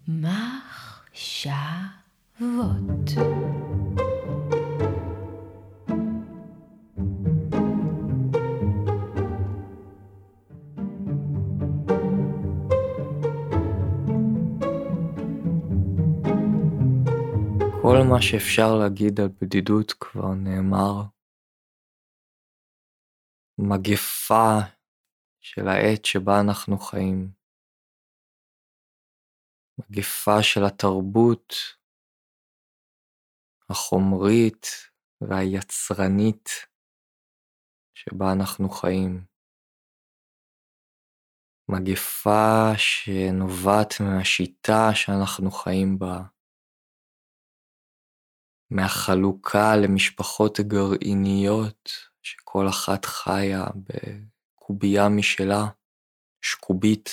מחשבות. כל מה שאפשר להגיד על בדידות כבר נאמר. מגפה של העת שבה אנחנו חיים. מגפה של התרבות החומרית והיצרנית שבה אנחנו חיים. מגפה שנובעת מהשיטה שאנחנו חיים בה. מהחלוקה למשפחות גרעיניות שכל אחת חיה בקובייה משלה, שקובית,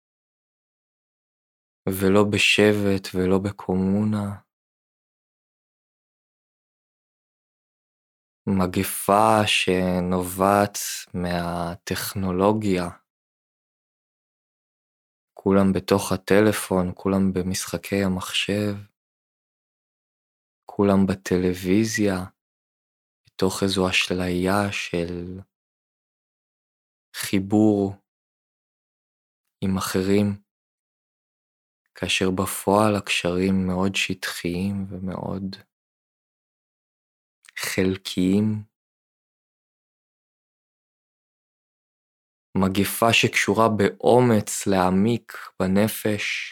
ולא בשבט ולא בקומונה. מגפה שנובעת מהטכנולוגיה. כולם בתוך הטלפון, כולם במשחקי המחשב, כולם בטלוויזיה, בתוך איזו אשליה של חיבור עם אחרים, כאשר בפועל הקשרים מאוד שטחיים ומאוד חלקיים. מגפה שקשורה באומץ להעמיק בנפש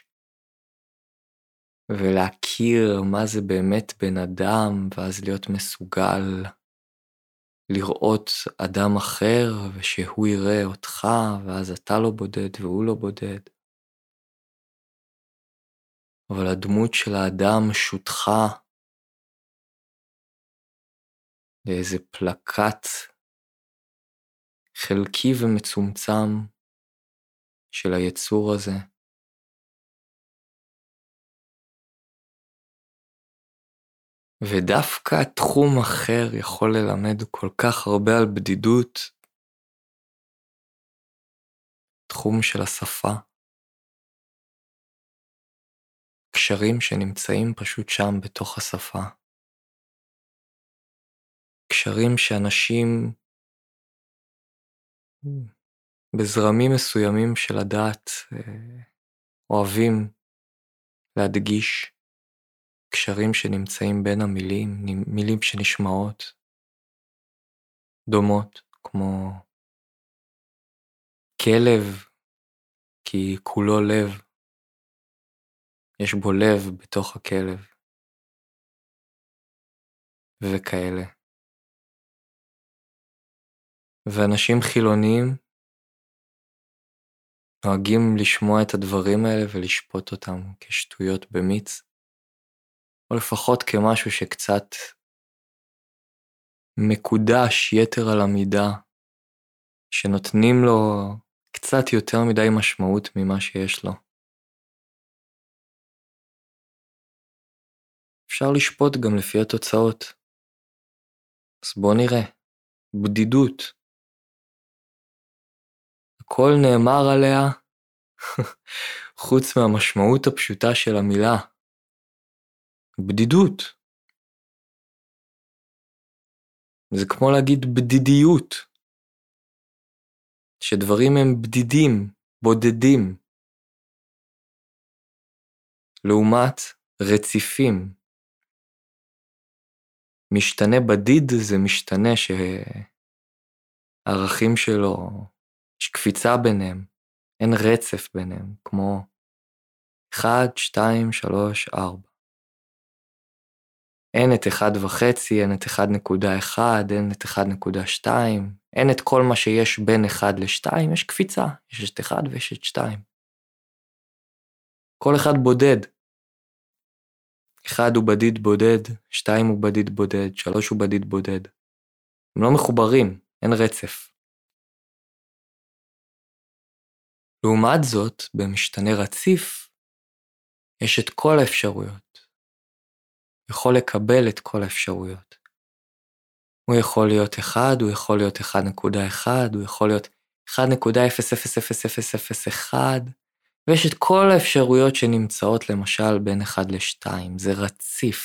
ולהכיר מה זה באמת בן אדם, ואז להיות מסוגל לראות אדם אחר ושהוא יראה אותך, ואז אתה לא בודד והוא לא בודד. אבל הדמות של האדם שותחה לאיזה פלקט חלקי ומצומצם של היצור הזה. ודווקא תחום אחר יכול ללמד כל כך הרבה על בדידות, תחום של השפה. קשרים שנמצאים פשוט שם בתוך השפה. קשרים שאנשים בזרמים מסוימים של הדעת אוהבים להדגיש. קשרים שנמצאים בין המילים, מילים שנשמעות דומות, כמו כלב, כי כולו לב, יש בו לב בתוך הכלב, וכאלה. ואנשים חילוניים נוהגים לשמוע את הדברים האלה ולשפוט אותם כשטויות במיץ, או לפחות כמשהו שקצת מקודש יתר על המידה, שנותנים לו קצת יותר מדי משמעות ממה שיש לו. אפשר לשפוט גם לפי התוצאות. אז בוא נראה. בדידות. הכל נאמר עליה חוץ מהמשמעות הפשוטה של המילה. בדידות. זה כמו להגיד בדידיות. שדברים הם בדידים, בודדים. לעומת רציפים. משתנה בדיד זה משתנה שהערכים שלו, יש קפיצה ביניהם, אין רצף ביניהם, כמו 1, 2, 3, 4. אין את 1.5, אין את 1.1, אין את 1.2, אין את כל מה שיש בין 1 ל-2, יש קפיצה, יש את 1 ויש את 2. כל אחד בודד. 1 הוא בדיד בודד, 2 הוא בדיד בודד, 3 הוא בדיד בודד. הם לא מחוברים, אין רצף. לעומת זאת, במשתנה רציף, יש את כל האפשרויות. יכול לקבל את כל האפשרויות. הוא יכול להיות 1, הוא יכול להיות 1.1, הוא יכול להיות 1.0000001, ויש את כל האפשרויות שנמצאות למשל בין 1 ל-2, זה רציף.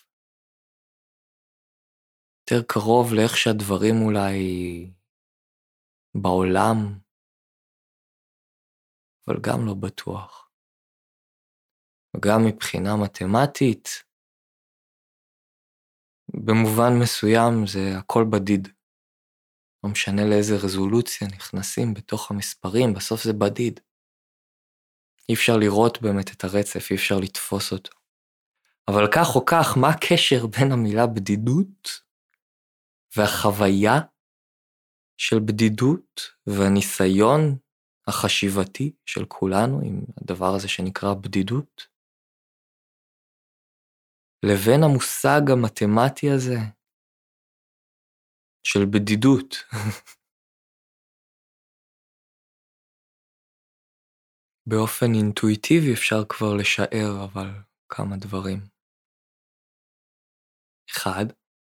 יותר קרוב לאיך שהדברים אולי בעולם, אבל גם לא בטוח. וגם מבחינה מתמטית, במובן מסוים זה הכל בדיד. לא משנה לאיזה רזולוציה נכנסים בתוך המספרים, בסוף זה בדיד. אי אפשר לראות באמת את הרצף, אי אפשר לתפוס אותו. אבל כך או כך, מה הקשר בין המילה בדידות והחוויה של בדידות והניסיון החשיבתי של כולנו עם הדבר הזה שנקרא בדידות, לבין המושג המתמטי הזה של בדידות? באופן אינטואיטיבי אפשר כבר לשער אבל כמה דברים. אחד,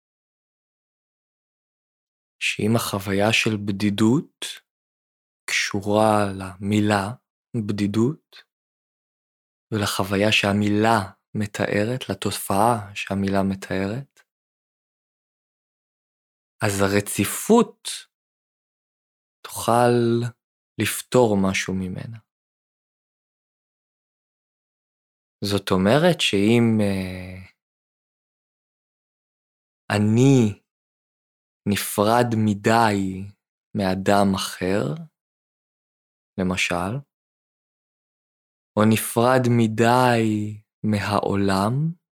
שאם החוויה של בדידות קשורה למילה בדידות, ולחוויה שהמילה מתארת, לתופעה שהמילה מתארת, אז הרציפות תוכל לפתור משהו ממנה. זאת אומרת שאם אני נפרד מדי מאדם אחר, למשל, או נפרד מדי מהעולם,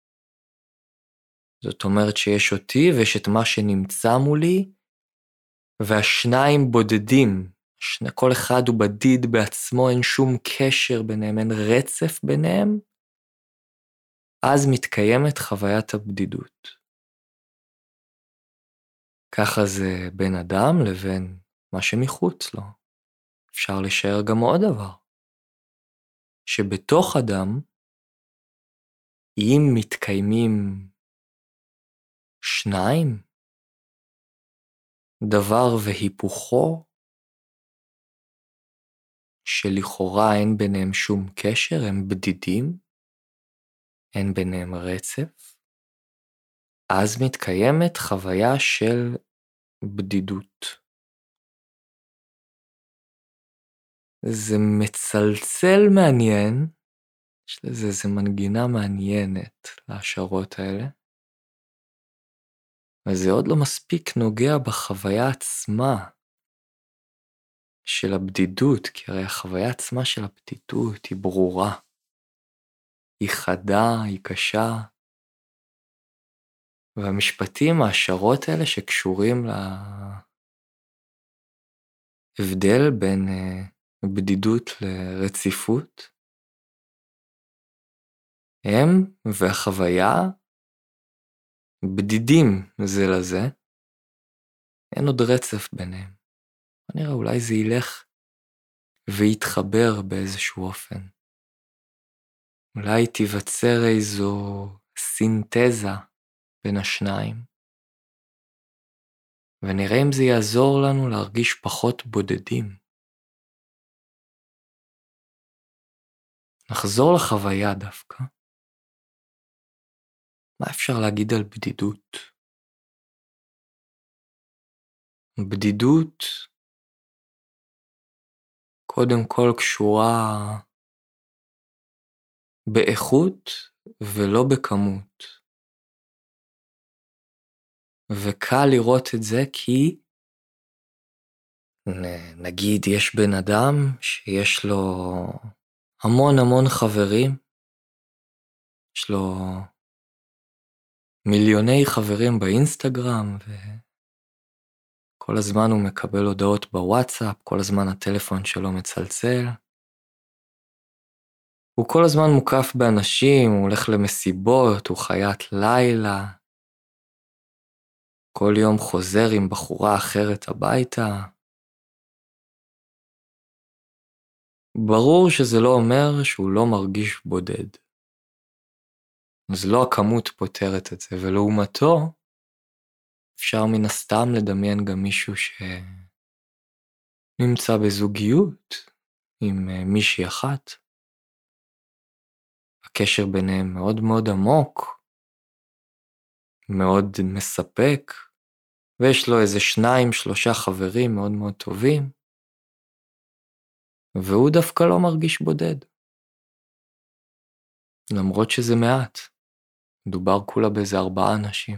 זאת אומרת שיש אותי ויש את מה שנמצא מולי, והשניים בודדים, כל אחד הוא בדיד בעצמו, אין שום קשר ביניהם, אין רצף ביניהם, אז מתקיימת חוויית הבדידות. ככה זה בין אדם לבין מה שמחוץ לו. אפשר לשער גם עוד דבר, שבתוך אדם, אם מתקיימים שניים, דבר והיפוכו, שלכאורה אין ביניהם שום קשר, הם בדידים, אין ביניהם רצף, אז מתקיימת חוויה של בדידות. זה מצלצל מעניין, יש לזה איזו מנגינה מעניינת להשערות האלה, וזה עוד לא מספיק נוגע בחוויה עצמה של הבדידות, כי הרי החוויה עצמה של הבדידות היא ברורה, היא חדה, היא קשה, והמשפטים, ההשערות האלה שקשורים להבדל בין בדידות לרציפות, הם והחוויה בדידים זה לזה, אין עוד רצף ביניהם. נראה אולי זה ילך ויתחבר באיזשהו אופן. אולי תיווצר איזו סינתזה בין השניים, ונראה אם זה יעזור לנו להרגיש פחות בודדים. נחזור לחוויה דווקא. מה אפשר להגיד על בדידות? בדידות קודם כל קשורה באיכות ולא בכמות. וקל לראות את זה כי נגיד יש בן אדם שיש לו המון חברים, יש לו מיליוני חברים באינסטגרם, וכל הזמן הוא מקבל הודעות בוואטסאפ, כל הזמן הטלפון שלו מצלצל. הוא כל הזמן מוקף באנשים, הוא הולך למסיבות, הוא חיית לילה. כל יום חוזר עם בחורה אחרת הביתה. ברור שזה לא אומר שהוא לא מרגיש בודד. אז לא הכמות פותרת את זה, ולעומתו אפשר מן הסתם לדמיין גם מישהו שנמצא בזוגיות עם מישהי אחת, הקשר ביניהם מאוד מאוד עמוק, מאוד מספק, ויש לו איזה 2-3 חברים מאוד מאוד טובים, והוא דווקא לא מרגיש בודד. למרות שזה מעט, מדובר כולה באיזה 4 אנשים.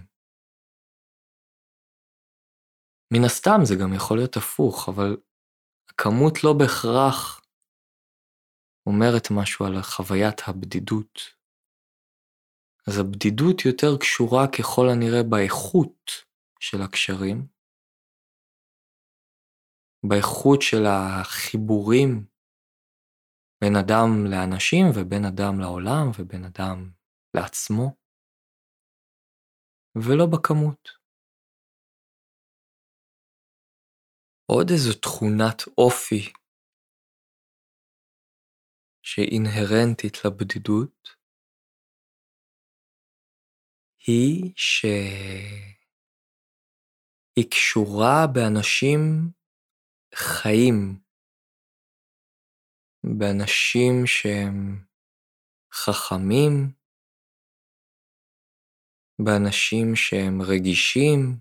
מן הסתם זה גם יכול להיות הפוך, אבל הכמות לא בהכרח אומרת משהו על חוויית הבדידות. אז הבדידות יותר קשורה ככל הנראה באיכות של הקשרים, באיכות של החיבורים בין אדם לאנשים ובין אדם לעולם ובין אדם לעצמו, ולא בכמות. עוד איזו תכונת אופי שאינהרנטית לבדידות, היא שהיא קשורה באנשים חיים, באנשים שהם חכמים, באנשים שהם רגישים,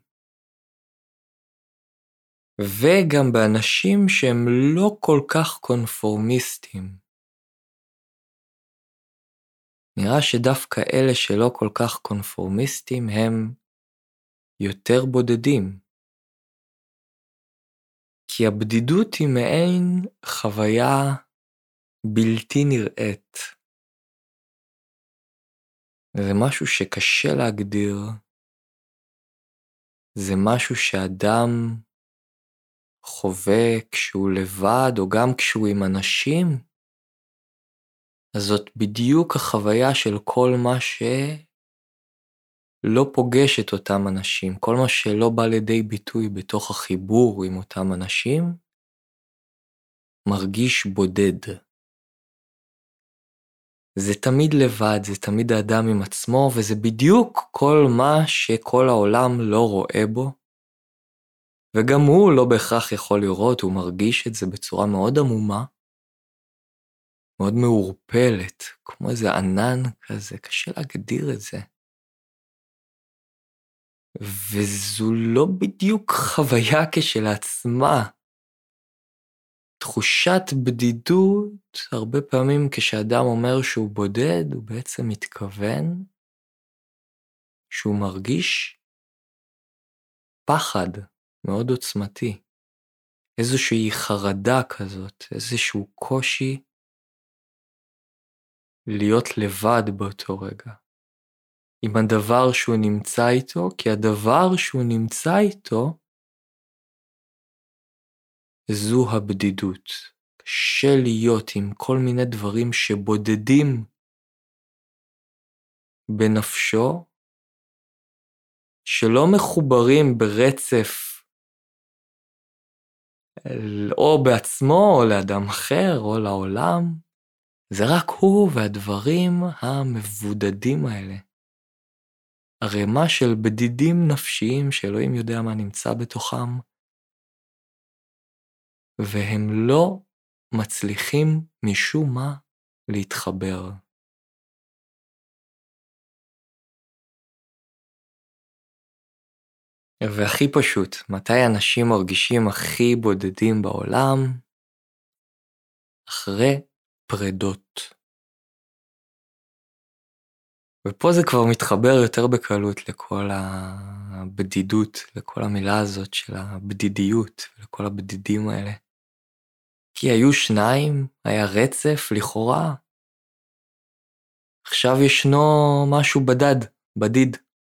וגם באנשים שהם לא כל כך קונפורמיסטים. נראה שדווקא אלה שלא כל כך קונפורמיסטים הם יותר בודדים. כי הבדידות היא מעין חוויה בלתי נראית. זה משהו שקשה להגדיר. זה משהו שאדם חווה כשהוא לבד או גם כשהוא עם אנשים. אז זאת בדיוק החוויה של כל מה שלא פוגש את אותם אנשים, כל מה שלא בא לידי ביטוי בתוך החיבור עם אותם אנשים, מרגיש בודד. זה תמיד לבד, זה תמיד האדם עם עצמו, וזה בדיוק כל מה שכל העולם לא רואה בו, וגם הוא לא בהכרח יכול לראות, הוא מרגיש את זה בצורה מאוד עמומה, מאוד מעורפלת, כמו איזה ענן כזה, קשה להגדיר את זה. וזו לא בדיוק חוויה כשלעצמה. תחושת בדידות, הרבה פעמים כשאדם אומר שהוא בודד, הוא בעצם מתכוון שהוא מרגיש פחד מאוד עוצמתי, איזושהי חרדה כזאת, איזשהו קושי להיות לבד באותו רגע, עם הדבר שהוא נמצא איתו, כי הדבר שהוא נמצא איתו, זו הבדידות. קשה להיות עם כל מיני דברים שבודדים בנפשו, שלא מחוברים ברצף, או בעצמו, או לאדם אחר, או לעולם. זה רק הוא והדברים המבודדים האלה. הרמה של בדידים נפשיים שאלוהים יודע מה נמצא בתוכם, והם לא מצליחים משום מה להתחבר. והכי פשוט, מתי אנשים מרגישים הכי בודדים בעולם? אחרי פרדות. ופה זה כבר מתחבר יותר בקלות לכל הבדידות, לכל המילה הזאת של הבדידיות, לכל הבדידים האלה. כי היו 2, היה רצף לכאורה. עכשיו ישנו משהו בדיד.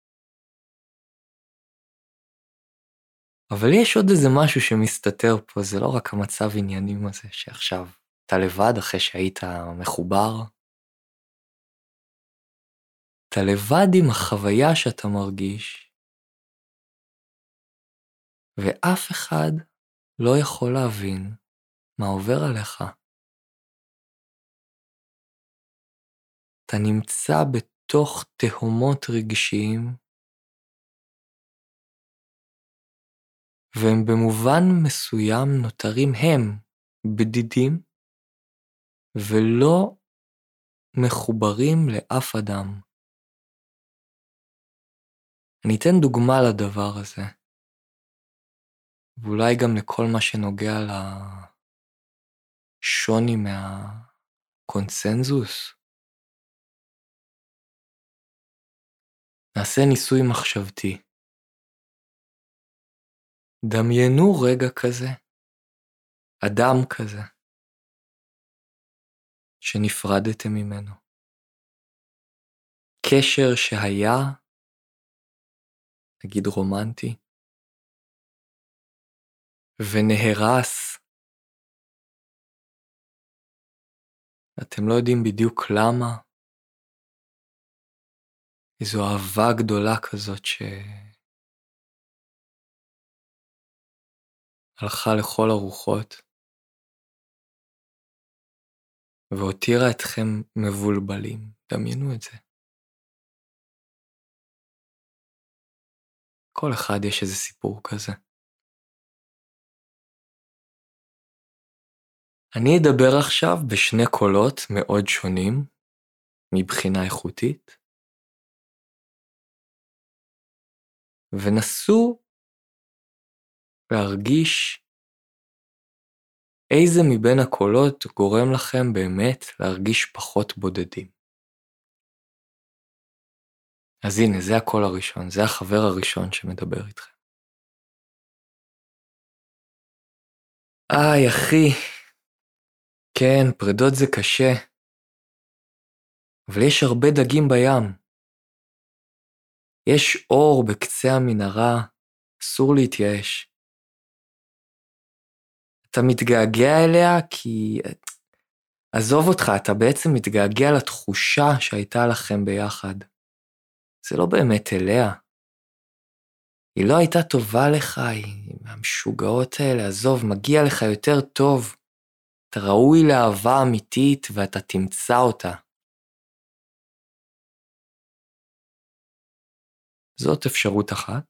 אבל יש עוד איזה משהו שמסתתר פה, זה לא רק המצב עניינים הזה, שעכשיו אתה לבד אחרי שהיית מחובר. אתה לבד עם החוויה שאתה מרגיש, ואף אחד לא יכול להבין מה עובר עליך. אתה נמצא בתוך תהומות רגשיים, והם במובן מסוים נותרים הם בדידים, ולא מחוברים לאף אדם. אני אתן דוגמה לדבר הזה, ואולי גם לכל מה שנוגע לשוני מהקונצנזוס. נעשה ניסוי מחשבתי. דמיינו רגע כזה, אדם כזה, שנפרדתם ממנו. קשר שהיה, נגיד רומנטי, ונהרס. אתם לא יודעים בדיוק למה. איזו אהבה גדולה כזאת שהלכה לכל הרוחות, והותירה אתכם מבולבלים. דמיינו את זה. כל אחד יש איזה סיפור כזה. אני אדבר עכשיו בשני קולות מאוד שונים, מבחינה איכותית, ונסו להרגיש איזה מבין הקולות גורם לכם באמת להרגיש פחות בודדים. אז הנה, זה הקול הראשון, זה החבר הראשון שמדבר איתכם. אחי, כן, פרדות זה קשה, אבל יש הרבה דגים בים. יש אור בקצה המנהרה, אסור להתייאש. אתה מתגעגע אליה כי... עזוב אותך, אתה בעצם מתגעגע לתחושה שהייתה לכם ביחד. זה לא באמת אליה. היא לא הייתה טובה לך, היא מהמשוגעות האלה, עזוב, מגיע לך יותר טוב. אתה ראוי לאהבה אמיתית ואתה תמצא אותה. זאת אפשרות אחת.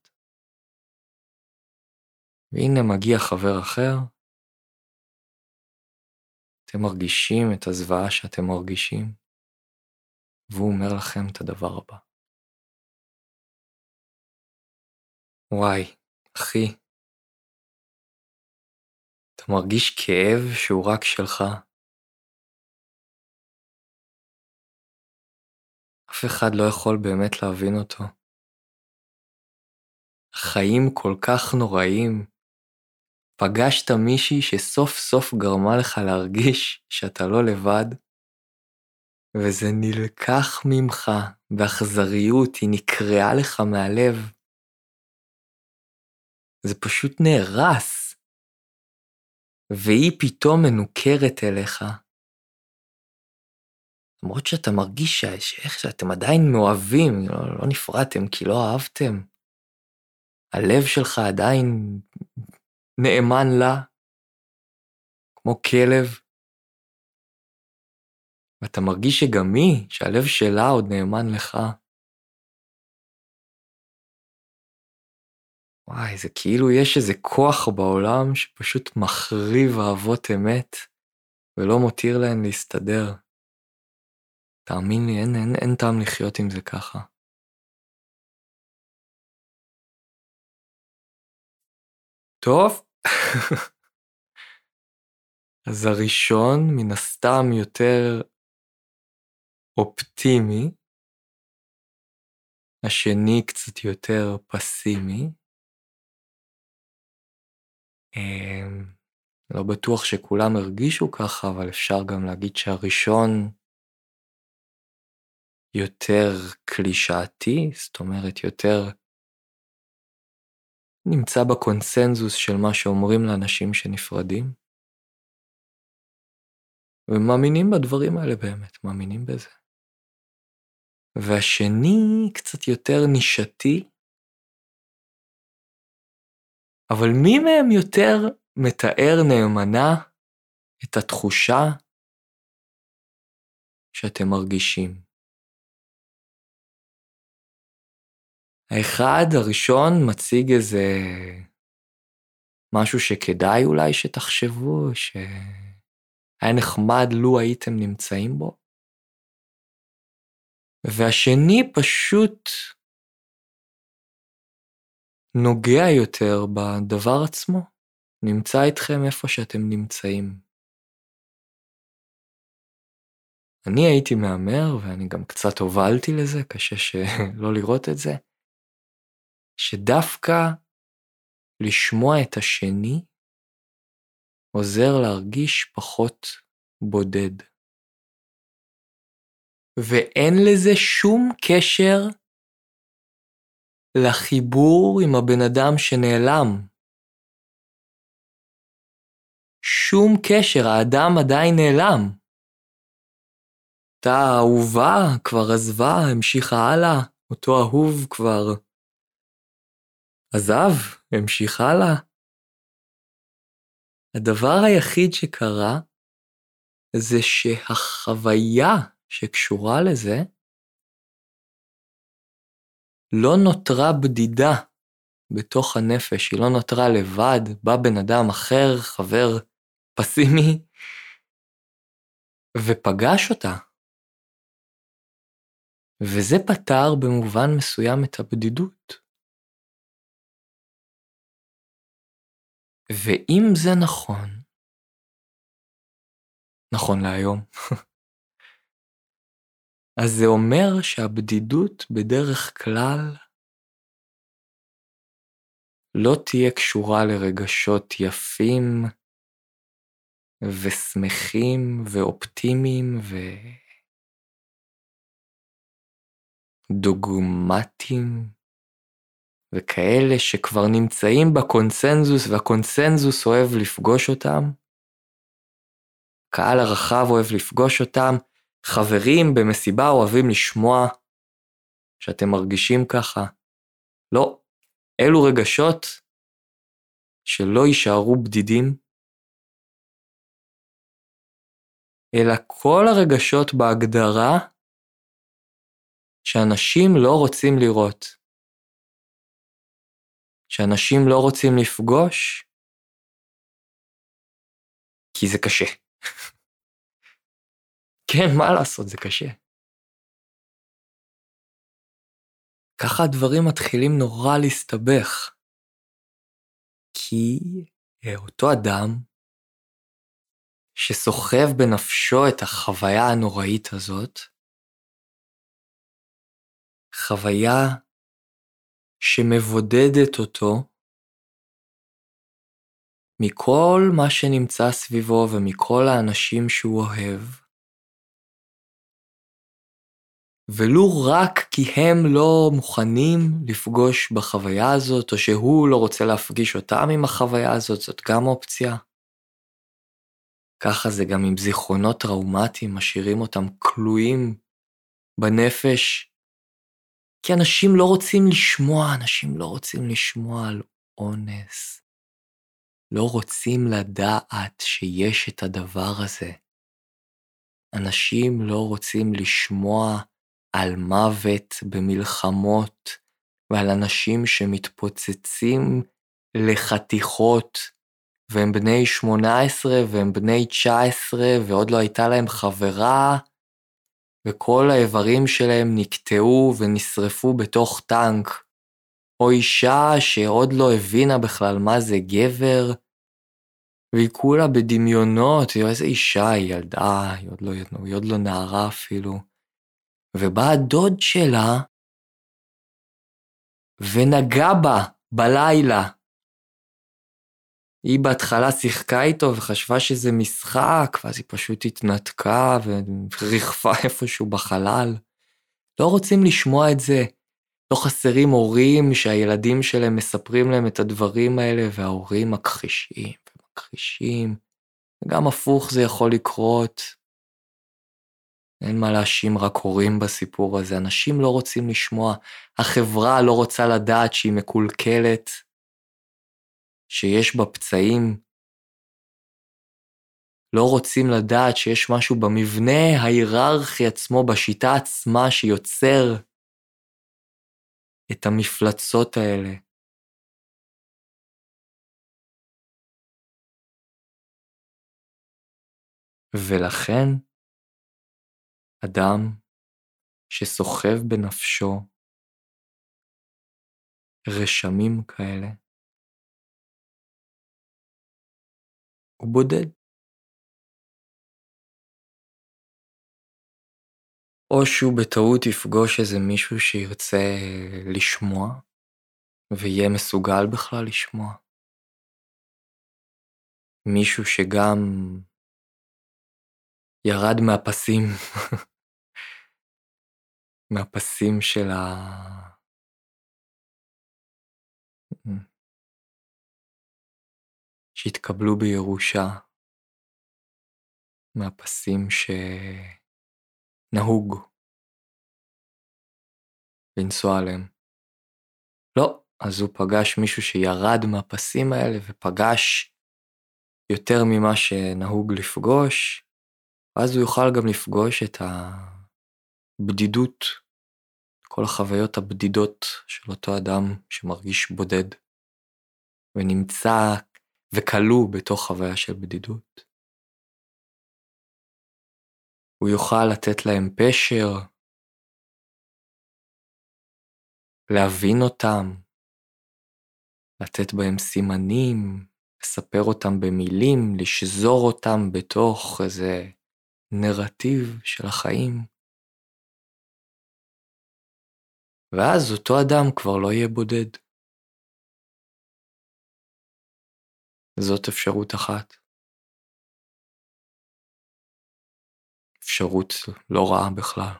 והנה מגיע חבר אחר. אתם מרגישים את הזוועה שאתם מרגישים, והוא אומר לכם את הדבר הבא. וואי, אחי, אתה מרגיש כאב שהוא רק שלך. אף אחד לא יכול באמת להבין אותו. החיים כל כך נוראים. פגשת מישהי שסוף סוף גרמה לך להרגיש שאתה לא לבד, וזה נלקח ממך באכזריות, היא נקרעה לך מהלב. זה פשוט נהרס. והיא פתאום מנוכרת אליך. למרות שאתה מרגיש שאיך שאתם עדיין מאוהבים, לא נפרדתם כי לא אהבתם. הלב שלך עדיין נאמן לה, כמו כלב. ואתה מרגיש שגם היא, שהלב שלה עוד נאמן לך. וואי, זה כאילו יש איזה כוח בעולם שפשוט מחריב אהבות אמת, ולא מותיר להן להסתדר. תאמין לי, אין טעם לחיות עם זה ככה. טוב, אז הראשון מן הסתם יותר אופטימי, השני קצת יותר פסימי. לא בטוח שכולם הרגישו ככה, אבל אפשר גם להגיד שהראשון יותר קלישאתי, זאת אומרת יותר נמצא בקונסנזוס של מה שאומרים לאנשים שנפרדים, ומאמינים בדברים האלה באמת, מאמינים בזה. והשני קצת יותר נישתי, אבל מי מהם יותר מתאר נאמנה את התחושה שאתם מרגישים? האחד הראשון מציג איזה משהו שכדאי אולי שתחשבו, שהיה נחמד לו הייתם נמצאים בו. והשני פשוט נוגע יותר בדבר עצמו, נמצא איתכם איפה שאתם נמצאים. אני הייתי מאמר, ואני גם קצת הובלתי לזה, קשה שלא לראות את זה, שדווקא לשמוע את השני עוזר להרגיש פחות בודד. ואין לזה שום קשר לחיבור עם הבן אדם שנעלם. שום קשר, האדם עדיין נעלם. אותה אהובה כבר עזבה, המשיכה הלאה, אותו אהוב כבר עזב, המשיך הלאה. הדבר היחיד שקרה זה שהחוויה שקשורה לזה לא נותרה בדידה בתוך הנפש, היא לא נותרה לבד, בא בן אדם אחר, חבר פסימי, ופגש אותה. וזה פתר במובן מסוים את הבדידות. ואם זה נכון, נכון להיום, אז זה אומר שהבדידות בדרך כלל לא תהיה קשורה לרגשות יפים ושמחים ואופטימיים ודוגמטיים וכאלה שכבר נמצאים בקונסנזוס, והקונסנזוס אוהב לפגוש אותם, קהל הרחב אוהב לפגוש אותם, חברים במסיבה אוהבים לשמוע שאתם מרגישים ככה. לא, אלו רגשות שלא יישארו בדידים, אלא כל הרגשות בהגדרה שאנשים לא רוצים לראות, שאנשים לא רוצים לפגוש, כי זה קשה. כן, מה לעשות, זה קשה. ככה הדברים מתחילים נורא להסתבך, כי אותו אדם שסוחב בנפשו את החוויה הנוראית הזאת, חוויה שמבודדת אותו מכל מה שנמצא סביבו ומכל האנשים שהוא אוהב, ולו רק כי הם לא מוכנים לפגוש בחוויה הזאת, או שהוא לא רוצה להפגיש אותם עם החוויה הזאת, זאת גם אופציה. ככה זה גם עם זיכרונות טראומטיים, משאירים אותם כלואים בנפש, כי אנשים לא רוצים לשמוע על אונס. לא רוצים לדעת שיש את הדבר הזה. אנשים לא רוצים לשמוע על מוות במלחמות, ועל אנשים שמתפוצצים לחתיכות, והם בני 18 והם בני 19, ועוד לא הייתה להם חברה, וכל האיברים שלהם נקטעו ונשרפו בתוך טנק, או אישה שעוד לא הבינה בכלל מה זה גבר, והיא כולה בדמיונות, איזה אישה, היא ילדה, היא עוד לא נערה אפילו, ובא הדוד שלה, ונגע בה בלילה. היא בהתחלה שיחקה איתו וחשבה שזה משחק, ואז היא פשוט התנתקה ורחפה איפשהו בחלל. לא רוצים לשמוע את זה. לא חסרים הורים שהילדים שלהם מספרים להם את הדברים האלה, וההורים מכחישים. וגם הפוך זה יכול לקרות. אין מה להאשים רק הורים בסיפור הזה. אנשים לא רוצים לשמוע. החברה לא רוצה לדעת שהיא מקולקלת, שיש בה פצעים. לא רוצים לדעת שיש משהו במבנה ההיררכי עצמו, בשיטה עצמה שיוצר את המפלצות האלה. ולכן, אדם שסוחב בנפשו רשמים כאלה, הוא בודד. או שהוא בטעות יפגוש איזה מישהו שירצה לשמוע, ויהיה מסוגל בכלל לשמוע. מישהו שגם ירד מהפסים, מהפסים של שהתקבלו בירושה, מהפסים שנהוג לנסוע עליהם. לא, אז הוא פגש מישהו שירד מהפסים האלה ופגש יותר ממה שנהוג לפגוש, ואז הוא יוכל גם לפגוש את הבדידות, כל החוויות הבדידות של אותו אדם שמרגיש בודד, ונמצא וכלוא בתוך חוויה של בדידות. הוא יוכל לתת להם פשר, להבין אותם, לתת בהם סימנים, לספר אותם במילים, לשזור אותם בתוך איזה נרטיב של החיים. ואז אותו אדם כבר לא יהיה בודד. זאת אפשרות אחת. אפשרות לא רעה בכלל.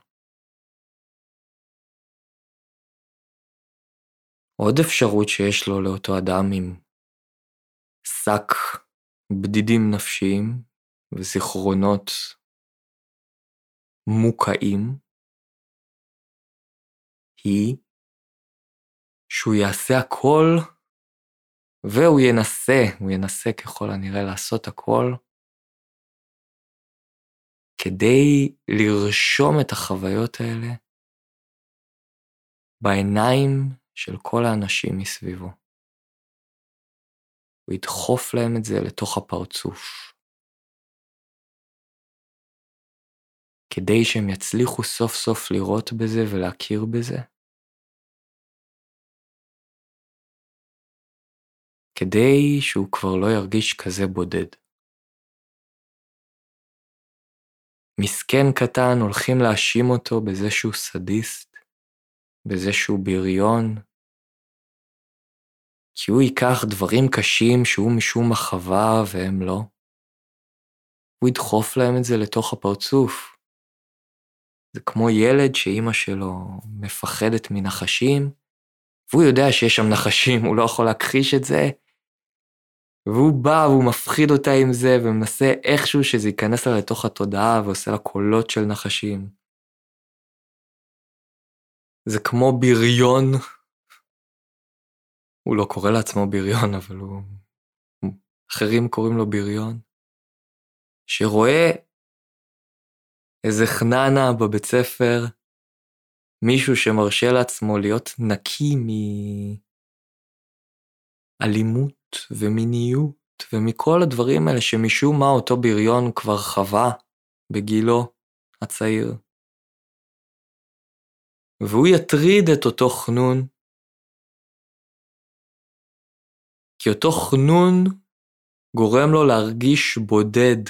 עוד אפשרות שיש לו לאותו אדם עם שק בדידים נפשיים וזיכרונות מוקעים, היא שהוא יעשה הכל, והוא ינסה ככל הנראה לעשות הכל, כדי לרשום את החוויות האלה בעיניים של כל האנשים מסביבו. הוא ידחוף להם את זה לתוך הפרצוף, כדי שהם יצליחו סוף סוף לראות בזה ולהכיר בזה, כדי שהוא כבר לא ירגיש כזה בודד. מסכן קטן, הולכים להאשים אותו בזה שהוא סדיסט, בזה שהוא בריון, כי הוא ייקח דברים קשים שהוא משום מה חווה והם לא. הוא ידחוף להם את זה לתוך הפרצוף. זה כמו ילד שאמא שלו מפחדת מנחשים, והוא יודע שיש שם נחשים, הוא לא יכול להכחיש את זה, והוא בא והוא מפחיד אותה עם זה, ומנסה איכשהו שזה ייכנס לה לתוך התודעה, ועושה לה קולות של נחשים. זה כמו בריון, הוא לא קורא לעצמו בריון, אבל אחרים קוראים לו בריון, שרואה איזה חננה בבית ספר, מישהו שמרשה לעצמו להיות נקי מאלימות ומיניות, ומכל הדברים האלה שמשום מה אותו בריון כבר חווה בגילו הצעיר. והוא יטריד את אותו חנון, כי אותו חנון גורם לו להרגיש בודד,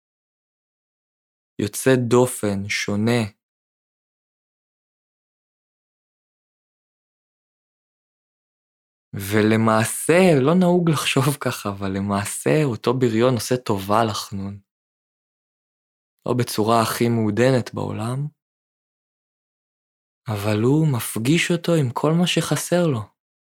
יוצא דופן, שונה. ולמעשה, לא נהוג לחשוב ככה, אבל למעשה אותו בריון עושה טובה לחנון. לא בצורה הכי מעודנת בעולם, אבל הוא מפגיש אותו עם כל מה שחסר לו.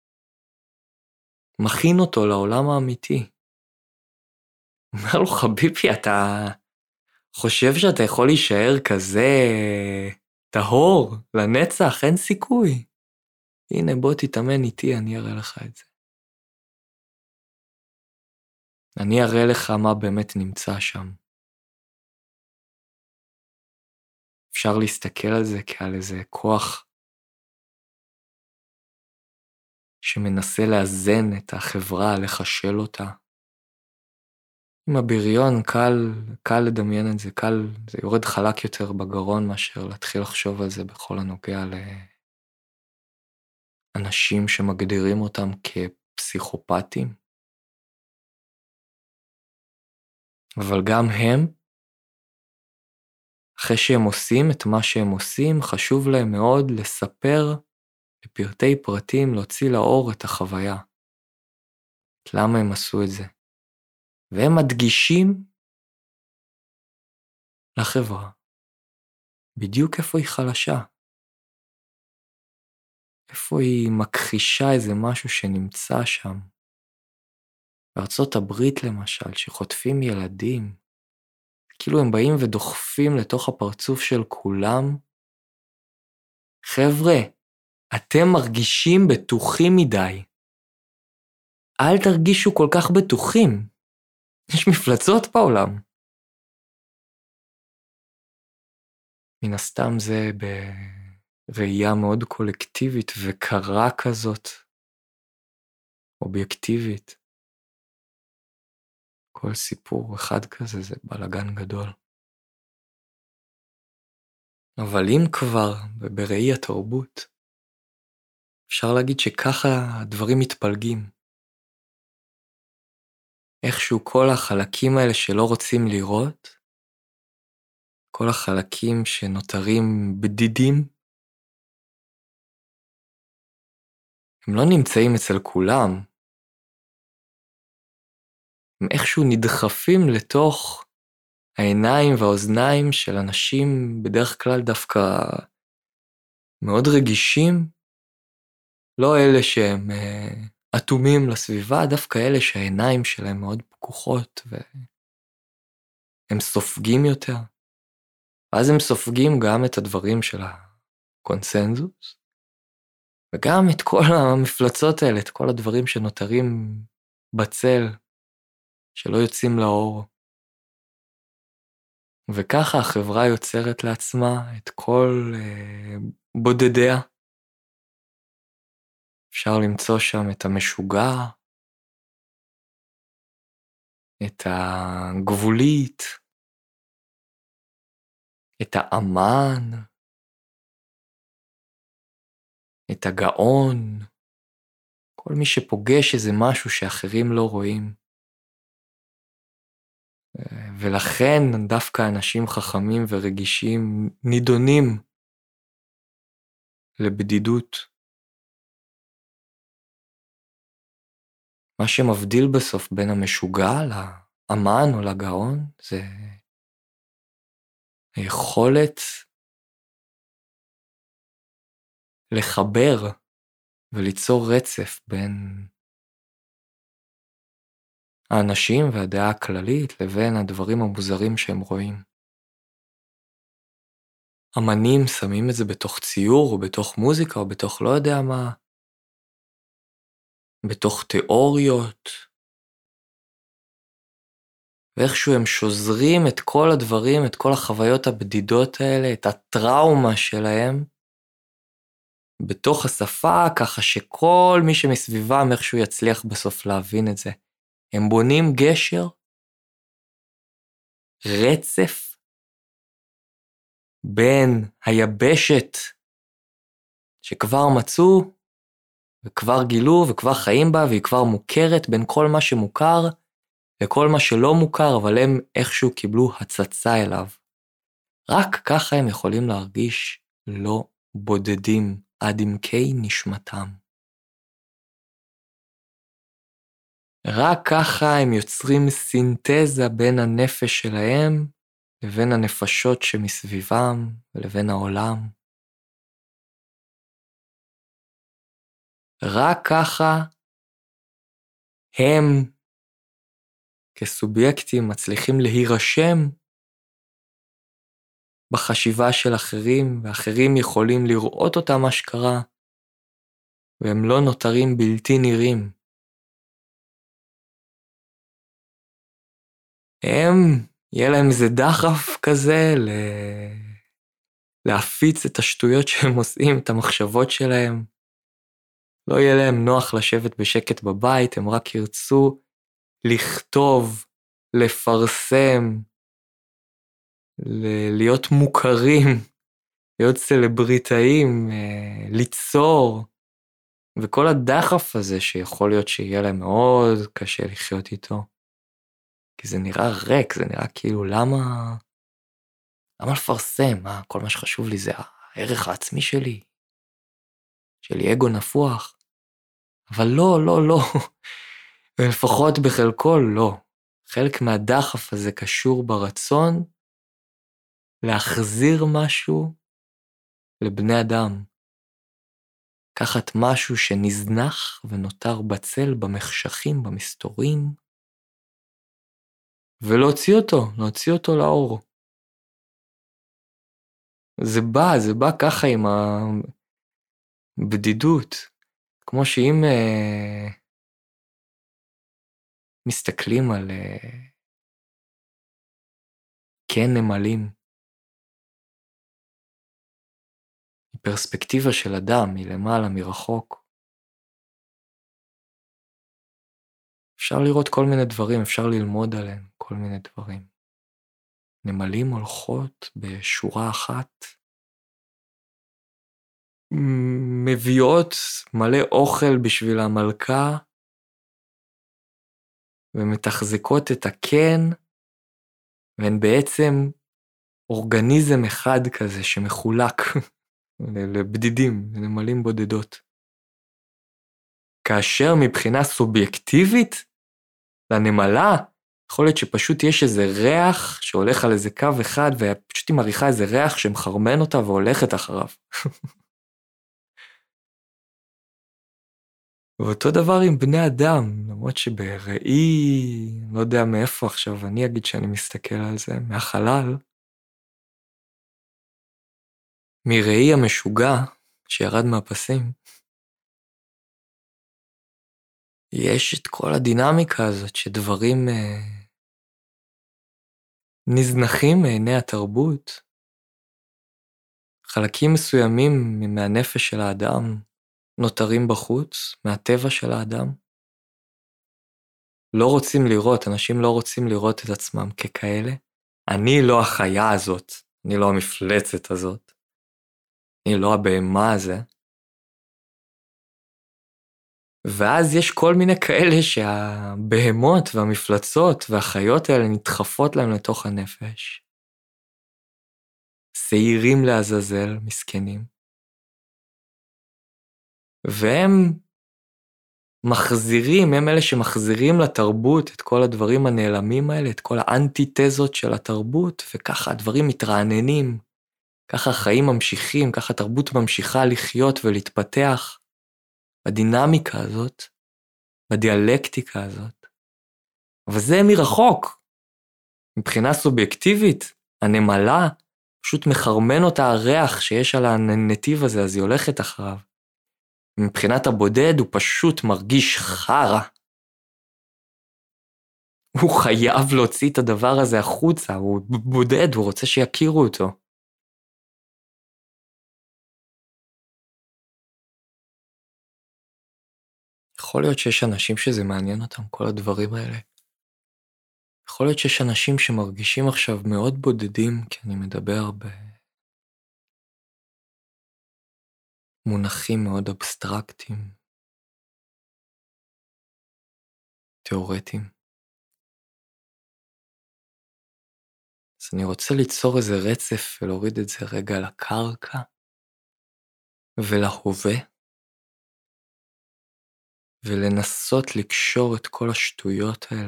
מכין אותו לעולם האמיתי. אומר לו, חביבי, אתה חושב שאתה יכול להישאר כזה טהור לנצח? אין סיכוי. הנה, בוא תתאמן איתי, אני אראה לך את זה. אני אראה לך מה באמת נמצא שם. אפשר להסתכל על זה כעל איזה כוח שמנסה לאזן את החברה, לחשל אותה. עם הבריון קל לדמיין את זה, זה יורד חלק יותר בגרון מאשר להתחיל לחשוב על זה בכל הנוגע לאנשים שמגדירים אותם כפסיכופטים. אבל גם הם, אחרי שהם עושים את מה שהם עושים, חשוב להם מאוד לספר בפרטי פרטים, להוציא לאור את החוויה. למה הם עשו את זה? והם מדגישים לחברה בדיוק איפה היא חלשה. איפה היא מכחישה איזה משהו שנמצא שם. בארצות הברית למשל, שחוטפים ילדים, כאילו הם באים ודוחפים לתוך הפרצוף של כולם. חבר'ה, אתם מרגישים בטוחים מדי. אל תרגישו כל כך בטוחים. יש מפלצות בעולם. מן הסתם זה בראייה מאוד קולקטיבית וקרה כזאת, אובייקטיבית. כל סיפור אחד כזה זה בלגן גדול. אבל אם כבר בראי התרבות, אפשר להגיד שככה הדברים מתפלגים. איכשהו כל החלקים האלה שלא רוצים לראות, כל החלקים שנותרים בדידים, הם לא נמצאים אצל כולם. הם איכשהו נדחפים לתוך העיניים והאוזניים של אנשים בדרך כלל דווקא מאוד רגישים, לא אלה שהם אטומים לסביבה, דווקא אלה שהעיניים שלהם מאוד פקוחות והם סופגים יותר. ואז הם סופגים גם את הדברים של הקונסנזוס, וגם את כל המפלצות האלה, את כל הדברים שנותרים בצל, שלא יוצאים לאור. וככה החברה יוצרת לעצמה את כל בודדיה. אפשר למצוא שם את המשוגע, את הגבולית, את האמן, את הגאון, כל מי שפוגש איזה משהו שאחרים לא רואים. ולכן דווקא אנשים חכמים ורגישים נידונים לבדידות. מה שמבדיל בסוף בין המשוגע לאמן או לגאון זה היכולת לחבר וליצור רצף בין האנשים והדעה הכללית לבין הדברים המוזרים שהם רואים. אמנים שמים את זה בתוך ציור או בתוך מוזיקה או בתוך לא יודע מה, בתוך תיאוריות, ואיכשהו הם שוזרים את כל הדברים, את כל החוויות הבדידות האלה, את הטראומה שלהם, בתוך השפה, ככה שכל מי שמסביבם איכשהו יצליח בסוף להבין את זה. הם בונים גשר, רצף, בין היבשת שכבר מצאו, וכבר גילו, וכבר חיים בה, והיא כבר מוכרת בין כל מה שמוכר, וכל מה שלא מוכר, אבל הם איכשהו קיבלו הצצה אליו. רק ככה הם יכולים להרגיש לא בודדים עד עמקי נשמתם. רק ככה הם יוצרים סינתזה בין הנפש שלהם, לבין הנפשות שמסביבם, ולבין העולם. רק ככה הם כסובייקטים מצליחים להירשם בחשיבה של אחרים, ואחרים יכולים לראות אותם מה שקרה, והם לא נותרים בלתי נראים. יהיה להם איזה דחף כזה להפיץ את השטויות שהם עושים, את המחשבות שלהם. לא יהיה להם נוח לשבת בשקט בבית, הם רק ירצו לכתוב לפרסם, להיות מוכרים, להיות סלבריטאים, ליצור, וכל הדחף הזה שיכול להיות שיהיה להם מאוד קשה לחיות איתו. כי זה נראה ריק, זה נראה כאילו למה לפרסם? כל מה שחשוב לי זה הערך העצמי שלי, שלי אגו נפוח. אבל לא, לא, לא. ולפחות בחלקו לא. חלק מהדחף הזה קשור ברצון להחזיר משהו לבני אדם. לקחת משהו שנזנח ונותר בצל, במחשכים, במסתורים, להוציא אותו לאור. זה בא ככה עם הבדידות, כמו שאם מסתכלים על כן נמלים, פרספקטיבה של אדם מלמעלה, מרחוק, אפשר לראות כל מיני דברים, אפשר ללמוד עליהם כל מיני דברים. נמלים הולכות בשורה אחת, מביאות מלא אוכל בשביל המלכה, ומתחזקות את הקן, והן בעצם אורגניזם אחד כזה שמחולק לבדידים, לנמלים בודדות. כאשר מבחינה סובייקטיבית, לנמלה, יכול להיות שפשוט יש איזה ריח שהולך על איזה קו אחד, ופשוט היא מריחה איזה ריח שמחרמן אותה והולכת אחריו. ואותו דבר עם בני אדם, למרות שבראי, לא יודע מאיפה עכשיו, אני אגיד שאני מסתכל על זה, מהחלל, מראי המשוגע שירד מהפסים, יש את כל הדינמיקה הזאת שדברים נזנחים מעיני התרבות, חלקים מסוימים מהנפש של האדם נותרים בחוץ, מהטבע של האדם. לא רוצים לראות, אנשים לא רוצים לראות את עצמם ככאלה. אני לא החיה הזאת, אני לא המפלצת הזאת, אני לא הבהמה הזה. ואז יש כל מיני כאלה שהבהמות והמפלצות והחיות האלה נדחפות להם לתוך הנפש. שעירים לעזאזל, מסכנים. והם מחזירים, הם אלה שמחזירים לתרבות את כל הדברים הנעלמים האלה, את כל האנטיתזות של התרבות, וככה הדברים מתרעננים, ככה החיים ממשיכים, ככה התרבות ממשיכה לחיות ולהתפתח בדינמיקה הזאת, בדיאלקטיקה הזאת. אבל זה מרחוק. מבחינה סובייקטיבית, הנמלה פשוט מחרמן אותה הריח שיש על הנתיב הזה, אז היא הולכת אחריו. מבחינת הבודד הוא פשוט מרגיש חרה. הוא חייב להוציא את הדבר הזה החוצה, הוא בודד, הוא רוצה שיכירו אותו. יכול להיות שיש אנשים שזה מעניין אותם, כל הדברים האלה. יכול להיות שיש אנשים שמרגישים עכשיו מאוד בודדים, כי אני מדבר במונחים מאוד אבסטרקטיים, תיאורטיים. אז אני רוצה ליצור איזה רצף ולהוריד את זה רגע לקרקע ולהווה, ולנסות לקשור את כל השטויות האלה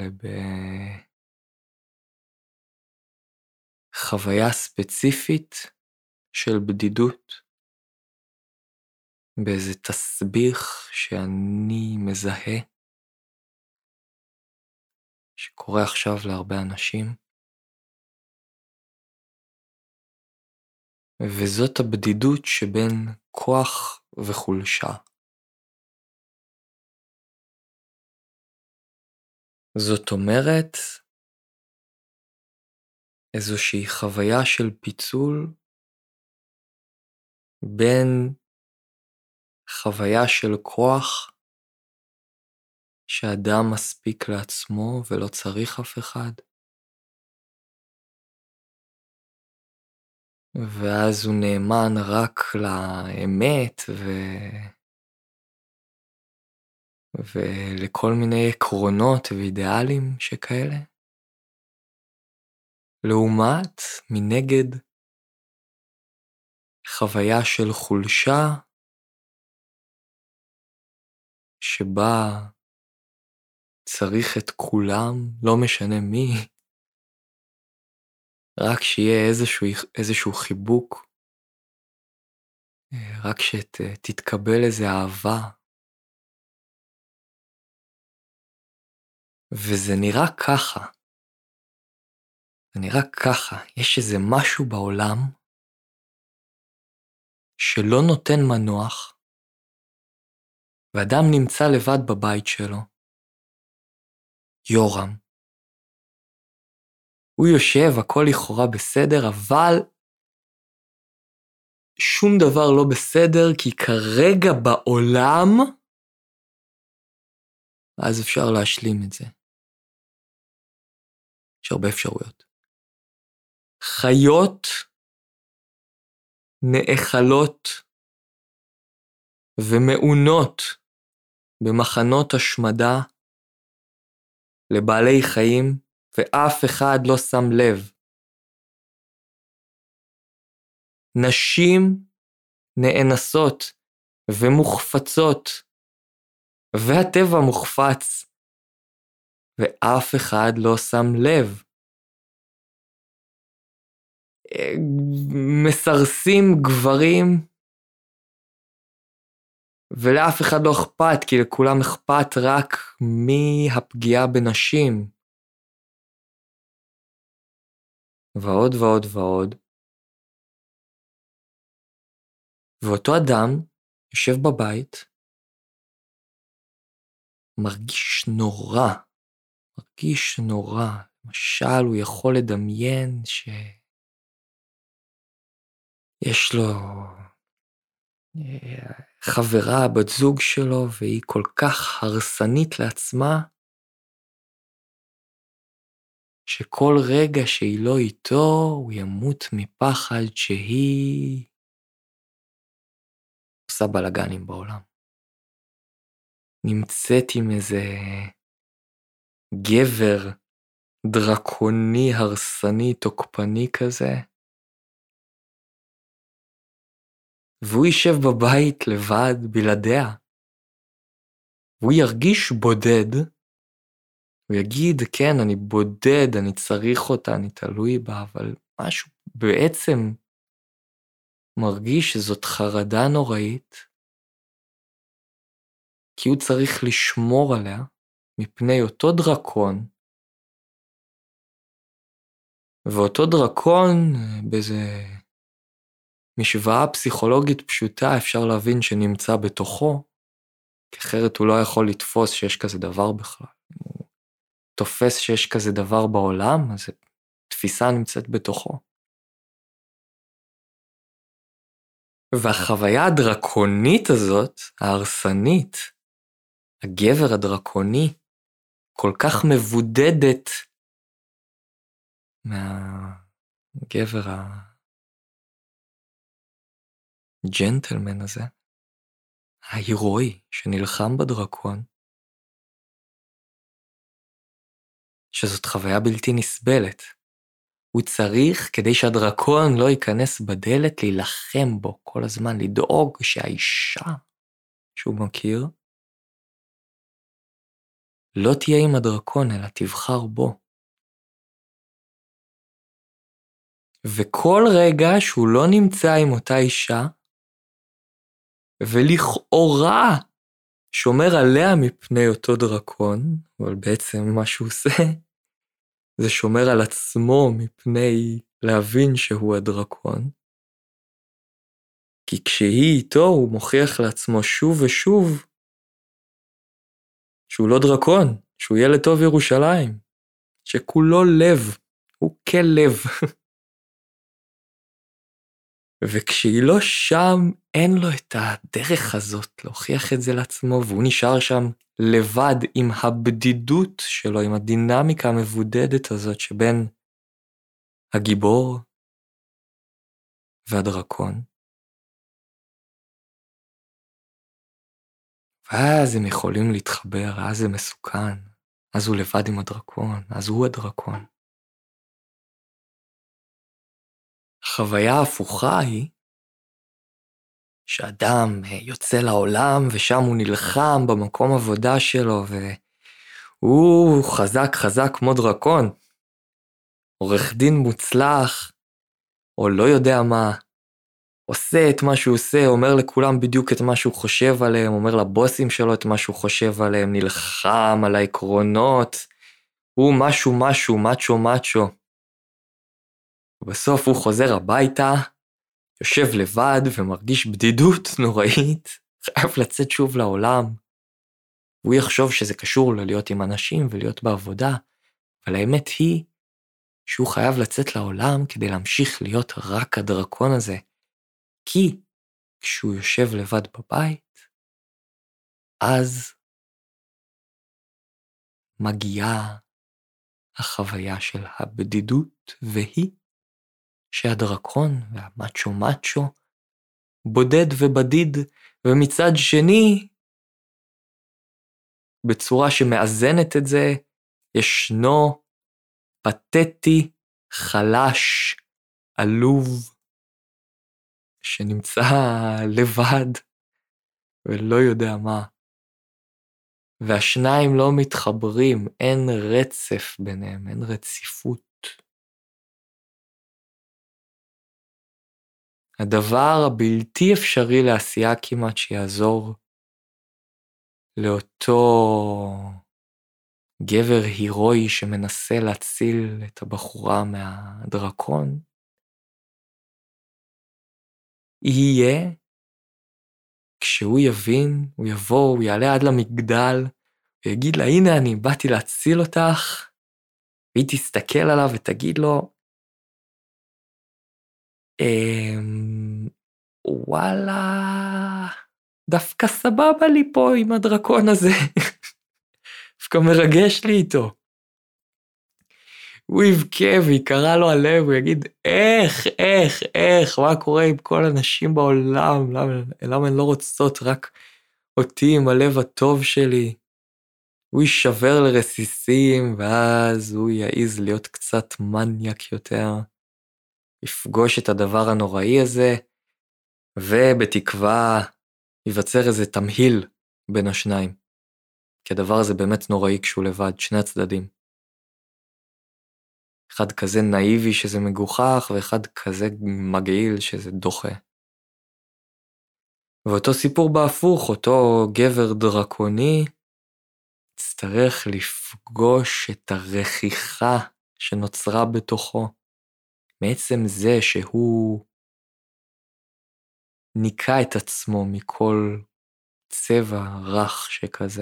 בחוויה ספציפית של בדידות, באיזה תסביך שאני מזהה, שקורה עכשיו להרבה אנשים, וזאת הבדידות שבין כוח וחולשה. זאת אומרת, איזושהי חוויה של פיצול בין חוויה של כוח שאדם מספיק לעצמו ולא צריך אף אחד, ואז הוא נאמן רק לאמת ולכל מיני עקרונות ואידיאלים שכאלה. לעומת, מנגד, חוויה של חולשה, שבה צריך את כולם, לא משנה מי, רק שיהיה איזשהו חיבוק, רק שתתקבל איזו אהבה. וזה נראה ככה. זה נראה ככה. יש איזה משהו בעולם שלא נותן מנוח, ואדם נמצא לבד בבית שלו. יורם. הוא יושב, הכל לכאורה בסדר, אבל שום דבר לא בסדר, כי כרגע בעולם, אז אפשר להשלים את זה. יש הרבה אפשרויות. חיות נאכלות ומעונות במחנות השמדה לבעלי חיים, ואף אחד לא שם לב. נשים נאנסות ומוחפצות, והטבע מוחפץ, ואף אחד לא שם לב. מסרסים גברים, ולאף אחד לא אכפת, כי לכולם אכפת רק מהפגיעה בנשים. ועוד ועוד ועוד. ואותו אדם יושב בבית, מרגיש נורא. למשל, הוא יכול לדמיין שיש לו חברה, בת זוג שלו, והיא כל כך הרסנית לעצמה, שכל רגע שהיא לא איתו, הוא ימות מפחד שהיא עושה בלגנים בעולם. נמצאת עם איזה גבר דרקוני, הרסני, תוקפני כזה, והוא יישב בבית לבד, בלעדיה, והוא ירגיש בודד, הוא יגיד, כן, אני בודד, אני צריך אותה, אני תלוי בה, אבל משהו בעצם מרגיש שזאת חרדה נוראית, כי הוא צריך לשמור עליה מפני אותו דרקון, ואותו דרקון, באיזה משוואה פסיכולוגית פשוטה, אפשר להבין שנמצא בתוכו, כי אחרת הוא לא יכול לתפוס שיש כזה דבר בכלל. אם הוא תופס שיש כזה דבר בעולם, אז תפיסה נמצאת בתוכו. והחוויה הדרקונית הזאת, ההרסנית, הגבר הדרקוני, כל כך מבודדת מהגבר הג'נטלמן הזה, ההירואי שנלחם בדרקון, שזאת חוויה בלתי נסבלת. הוא צריך, כדי שהדרקון לא ייכנס בדלת, להילחם בו כל הזמן, לדאוג שהאישה שהוא מכיר לא תהיה עם הדרקון, אלא תבחר בו. וכל רגע שהוא לא נמצא עם אותה אישה, ולכאורה שומר עליה מפני אותו דרקון, אבל בעצם מה שהוא עושה, זה שומר על עצמו מפני להבין שהוא הדרקון. כי כשהיא איתו הוא מוכיח לעצמו שוב ושוב, שהוא לא דרקון, שהוא ילד טוב ירושלים, שכולו לב, הוא כלב. וכשהיא לא שם, אין לו את הדרך הזאת להוכיח את זה לעצמו, והוא נשאר שם לבד עם הבדידות שלו, עם הדינמיקה המבודדת הזאת שבין הגיבור והדרקון, ואז הם יכולים להתחבר, אז זה מסוכן, אז הוא לבד עם הדרקון, אז הוא הדרקון. החוויה ההפוכה היא שאדם יוצא לעולם ושם הוא נלחם במקום עבודה שלו והוא חזק כמו דרקון, עורך דין מוצלח או לא יודע מה, עושה את מה שהוא עושה, אומר לכולם בדיוק את מה שהוא חושב עליהם, אומר לבוסים שלו את מה שהוא חושב עליהם, נלחם על העקרונות, הוא משהו, ובסוף הוא חוזר הביתה, יושב לבד ומרגיש בדידות נוראית, חייב לצאת שוב לעולם. הוא יחשוב שזה קשור להיות עם אנשים ולהיות בעבודה, אבל האמת היא שהוא חייב לצאת לעולם כדי להמשיך להיות רק הדרקון הזה, כי כשהוא יושב לבד בבית, אז מגיעה החוויה של הבדידות, והיא שהדרקון והמצ'ו בודד ובדיד, ומצד שני, בצורה שמאזנת את זה, ישנו פתטי, חלש, עלוב, שנמצא לבד ולא יודע מה. והשניים לא מתחברים, אין רצף ביניהם, אין רציפות. הדבר הבלתי אפשרי לעשייה כמעט שיעזור לאותו גבר הירואי שמנסה להציל את הבחורה מהדרקון, יהיה כשהוא יבין, הוא יבוא, הוא יעלה עד למגדל, ויגיד לה, הנה אני באתי להציל אותך, והיא תסתכל עליו ותגיד לו, וואלה, דווקא סבבה לי פה עם הדרקון הזה, דווקא מרגש לי איתו. הוא יבכה ויקרא לו הלב, הוא יגיד, איך, מה קורה עם כל הנשים בעולם, למה הן לא רוצות רק אותי עם הלב הטוב שלי? הוא יישבר לרסיסים, ואז הוא יעיז להיות קצת מניאק יותר, יפגוש את הדבר הנוראי הזה, ובתקווה ייווצר איזה תמהיל בין השניים, כי הדבר הזה באמת נוראי כשהוא לבד, שני הצדדים. אחד כזה נאיבי שזה מגוחך, ואחד כזה מגעיל שזה דוחה. ואותו סיפור בהפוך, אותו גבר דרקוני, יצטרך לפגוש את הרכיכה שנוצרה בתוכו, מעצם זה שהוא ניקה את עצמו מכל צבע רך שכזה.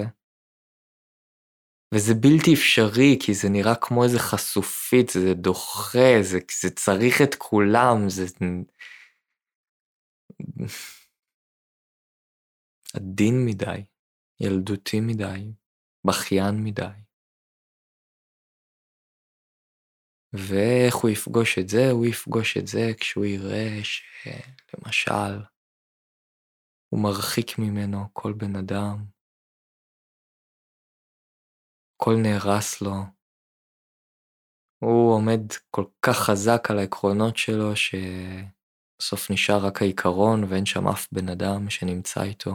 וזה בלתי אפשרי, כי זה נראה כמו איזה חשופית, זה דוחה, זה צריך את כולם, זה עדין מדי, ילדותי מדי, בכיין מדי. ואיך הוא יפגוש את זה? הוא יפגוש את זה כשהוא יראה שלמשל, הוא מרחיק ממנו כל בן אדם, הכל נהרס לו, הוא עומד כל כך חזק על העקרונות שלו, שבסוף נשאר רק העיקרון, ואין שם אף בן אדם שנמצא איתו.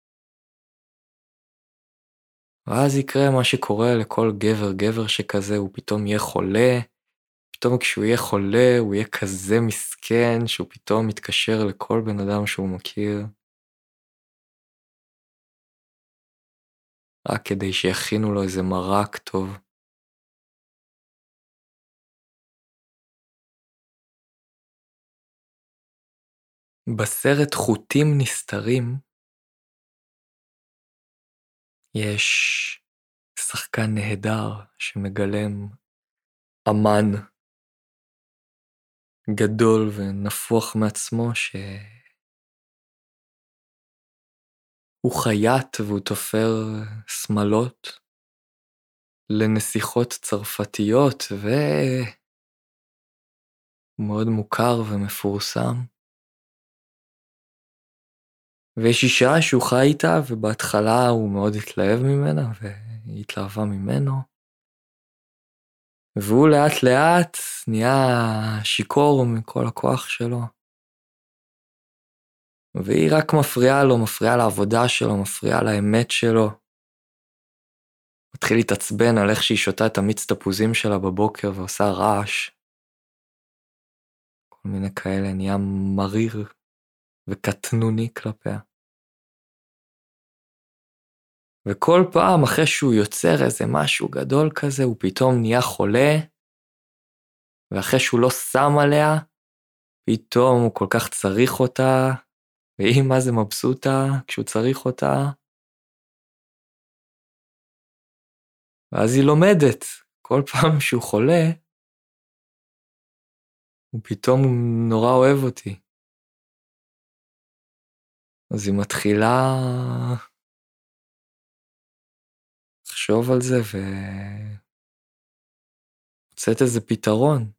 ואז יקרה מה שקורה לכל גבר שכזה, הוא פתאום יהיה חולה, פתאום כשהוא יהיה חולה, הוא יהיה כזה מסכן, שהוא פתאום מתקשר לכל בן אדם שהוא מכיר, רק כדי שיכינו לו איזה מרק טוב. בסרט חוטים נסתרים, יש שחקן נהדר שמגלם אמן גדול ונפוח מעצמו, שהוא חייט והוא תופר שמלות לנסיכות צרפתיות, ומאוד מוכר ומפורסם. ויש אישה שהוא חי איתה, ובהתחלה הוא מאוד התלהב ממנה, והיא התלהבה ממנו. והוא לאט לאט נהיה שיכור מכל הכוח שלו. והיא רק מפריעה לו, מפריעה לעבודה שלו, מפריעה לאמת שלו. מתחיל להתעצבן על איך שהיא שותה את המיץ תפוזים שלה בבוקר ועושה רעש. כל מיני כאלה, נהיה מריר וקטנוני כלפיה. וכל פעם אחרי שהוא יוצר איזה משהו גדול כזה, הוא פתאום נהיה חולה, ואחרי שהוא לא שם עליה, פתאום הוא כל כך צריך אותה, והיא מה זה מבסוטה כשהוא צריך אותה. ואז היא לומדת, כל פעם שהוא חולה, הוא פתאום נורא אוהב אותי. אז היא מתחילה לחשוב על זה ומוצאת איזה פתרון.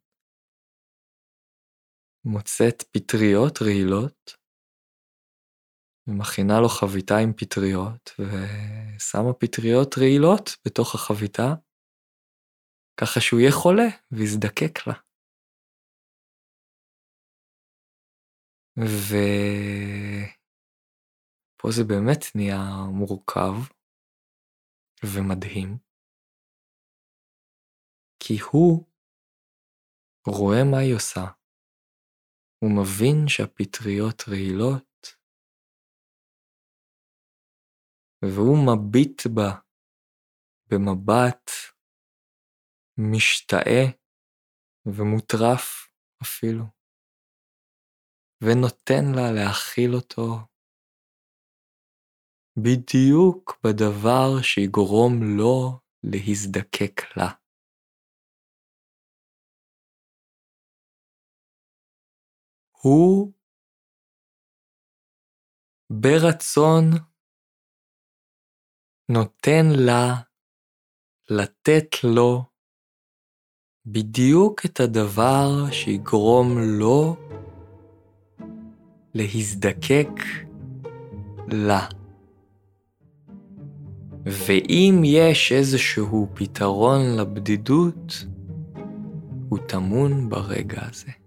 מוצאת פטריות רעילות, ומכינה לו חביתה עם פטריות, ושמה פטריות רעילות בתוך החביתה, ככה שהוא יהיה חולה ויזדקק לה. ופה זה באמת נהיה מורכב ומדהים, כי הוא רואה מה היא עושה. הוא מבין שהפטריות רעילות, והוא מביט בה במבט משתאה ומוטרף אפילו, ונותן לה להכיל אותו בדיוק בדבר שיגרום לו להזדקק לה. הוא ברצון נותן לה לתת לו בדיוק את הדבר שיגרום לו להזדקק לה. ואם יש איזשהו פתרון לבדידות, הוא טמון ברגע הזה.